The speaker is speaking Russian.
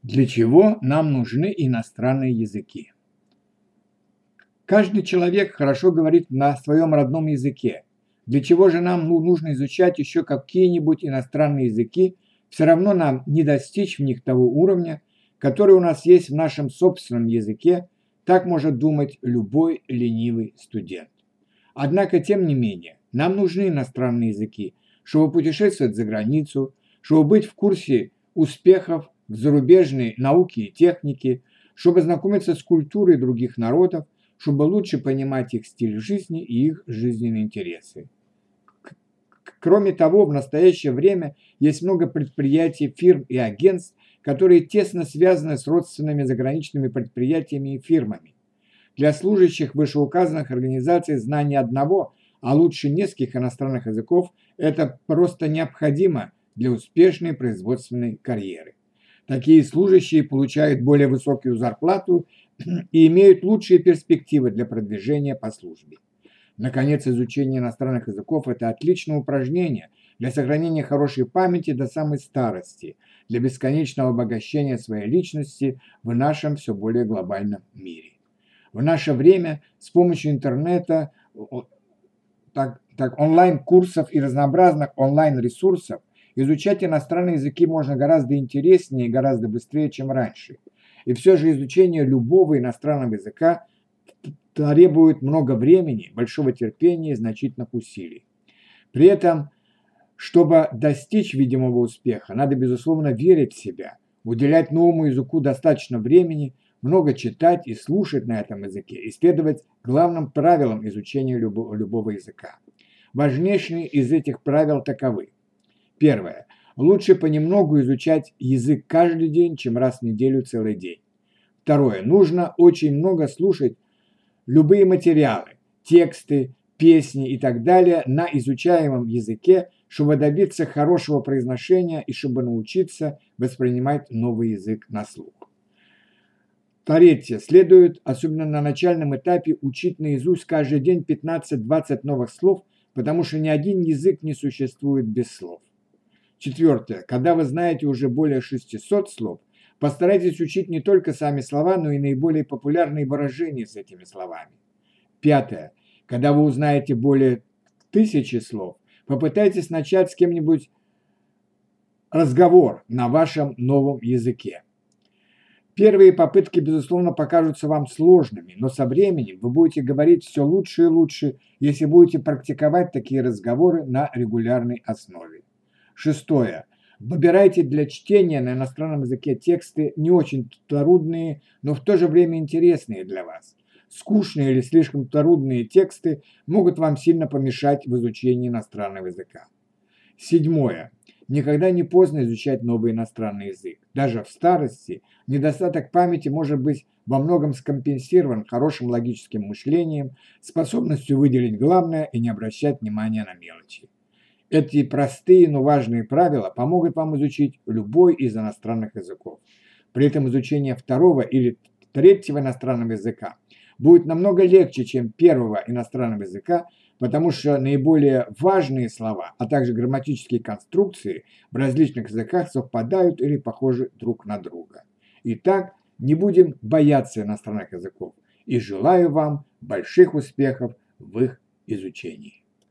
Для чего нам нужны иностранные языки? Каждый человек хорошо говорит на своем родном языке. Для чего же нам нужно изучать еще какие-нибудь иностранные языки? Все равно нам не достичь в них того уровня, который у нас есть в нашем собственном языке. Так может думать любой ленивый студент. Однако, тем не менее, нам нужны иностранные языки, чтобы путешествовать за границу, чтобы быть в курсе успехов в зарубежной науке и технике, чтобы знакомиться с культурой других народов, чтобы лучше понимать их стиль жизни и их жизненные интересы. Кроме того, в настоящее время есть много предприятий, фирм и агентств, которые тесно связаны с родственными заграничными предприятиями и фирмами. Для служащих вышеуказанных организаций знание одного, а лучше нескольких иностранных языков – это просто необходимо для успешной производственной карьеры. Такие служащие получают более высокую зарплату и имеют лучшие перспективы для продвижения по службе. Наконец, изучение иностранных языков – это отличное упражнение для сохранения хорошей памяти до самой старости, для бесконечного обогащения своей личности в нашем все более глобальном мире. В наше время с помощью интернета, онлайн-курсов и разнообразных онлайн-ресурсов изучать иностранные языки можно гораздо интереснее и гораздо быстрее, чем раньше. И все же изучение любого иностранного языка требует много времени, большого терпения и значительных усилий. При этом, чтобы достичь видимого успеха, надо, безусловно, верить в себя, уделять новому языку достаточно времени, много читать и слушать на этом языке и следовать главным правилам изучения любого языка. Важнейшие из этих правил таковы. Первое. Лучше понемногу изучать язык каждый день, чем раз в неделю целый день. Второе. Нужно очень много слушать любые материалы, тексты, песни и так далее на изучаемом языке, чтобы добиться хорошего произношения и чтобы научиться воспринимать новый язык на слух. Третье. Следует, особенно на начальном этапе, учить наизусть каждый день 15-20 новых слов, потому что ни один язык не существует без слов. Четвертое. Когда вы знаете уже более 600 слов, постарайтесь учить не только сами слова, но и наиболее популярные выражения с этими словами. Пятое. Когда вы узнаете более 1000 слов, попытайтесь начать с кем-нибудь разговор на вашем новом языке. Первые попытки, безусловно, покажутся вам сложными, но со временем вы будете говорить все лучше и лучше, если будете практиковать такие разговоры на регулярной основе. Шестое. Выбирайте для чтения на иностранном языке тексты не очень трудные, но в то же время интересные для вас. Скучные или слишком трудные тексты могут вам сильно помешать в изучении иностранного языка. Седьмое. Никогда не поздно изучать новый иностранный язык. Даже в старости недостаток памяти может быть во многом скомпенсирован хорошим логическим мышлением, способностью выделить главное и не обращать внимания на мелочи. Эти простые, но важные правила помогут вам изучить любой из иностранных языков. При этом изучение второго или третьего иностранного языка будет намного легче, чем первого иностранного языка, потому что наиболее важные слова, а также грамматические конструкции в различных языках совпадают или похожи друг на друга. Итак, не будем бояться иностранных языков и желаю вам больших успехов в их изучении.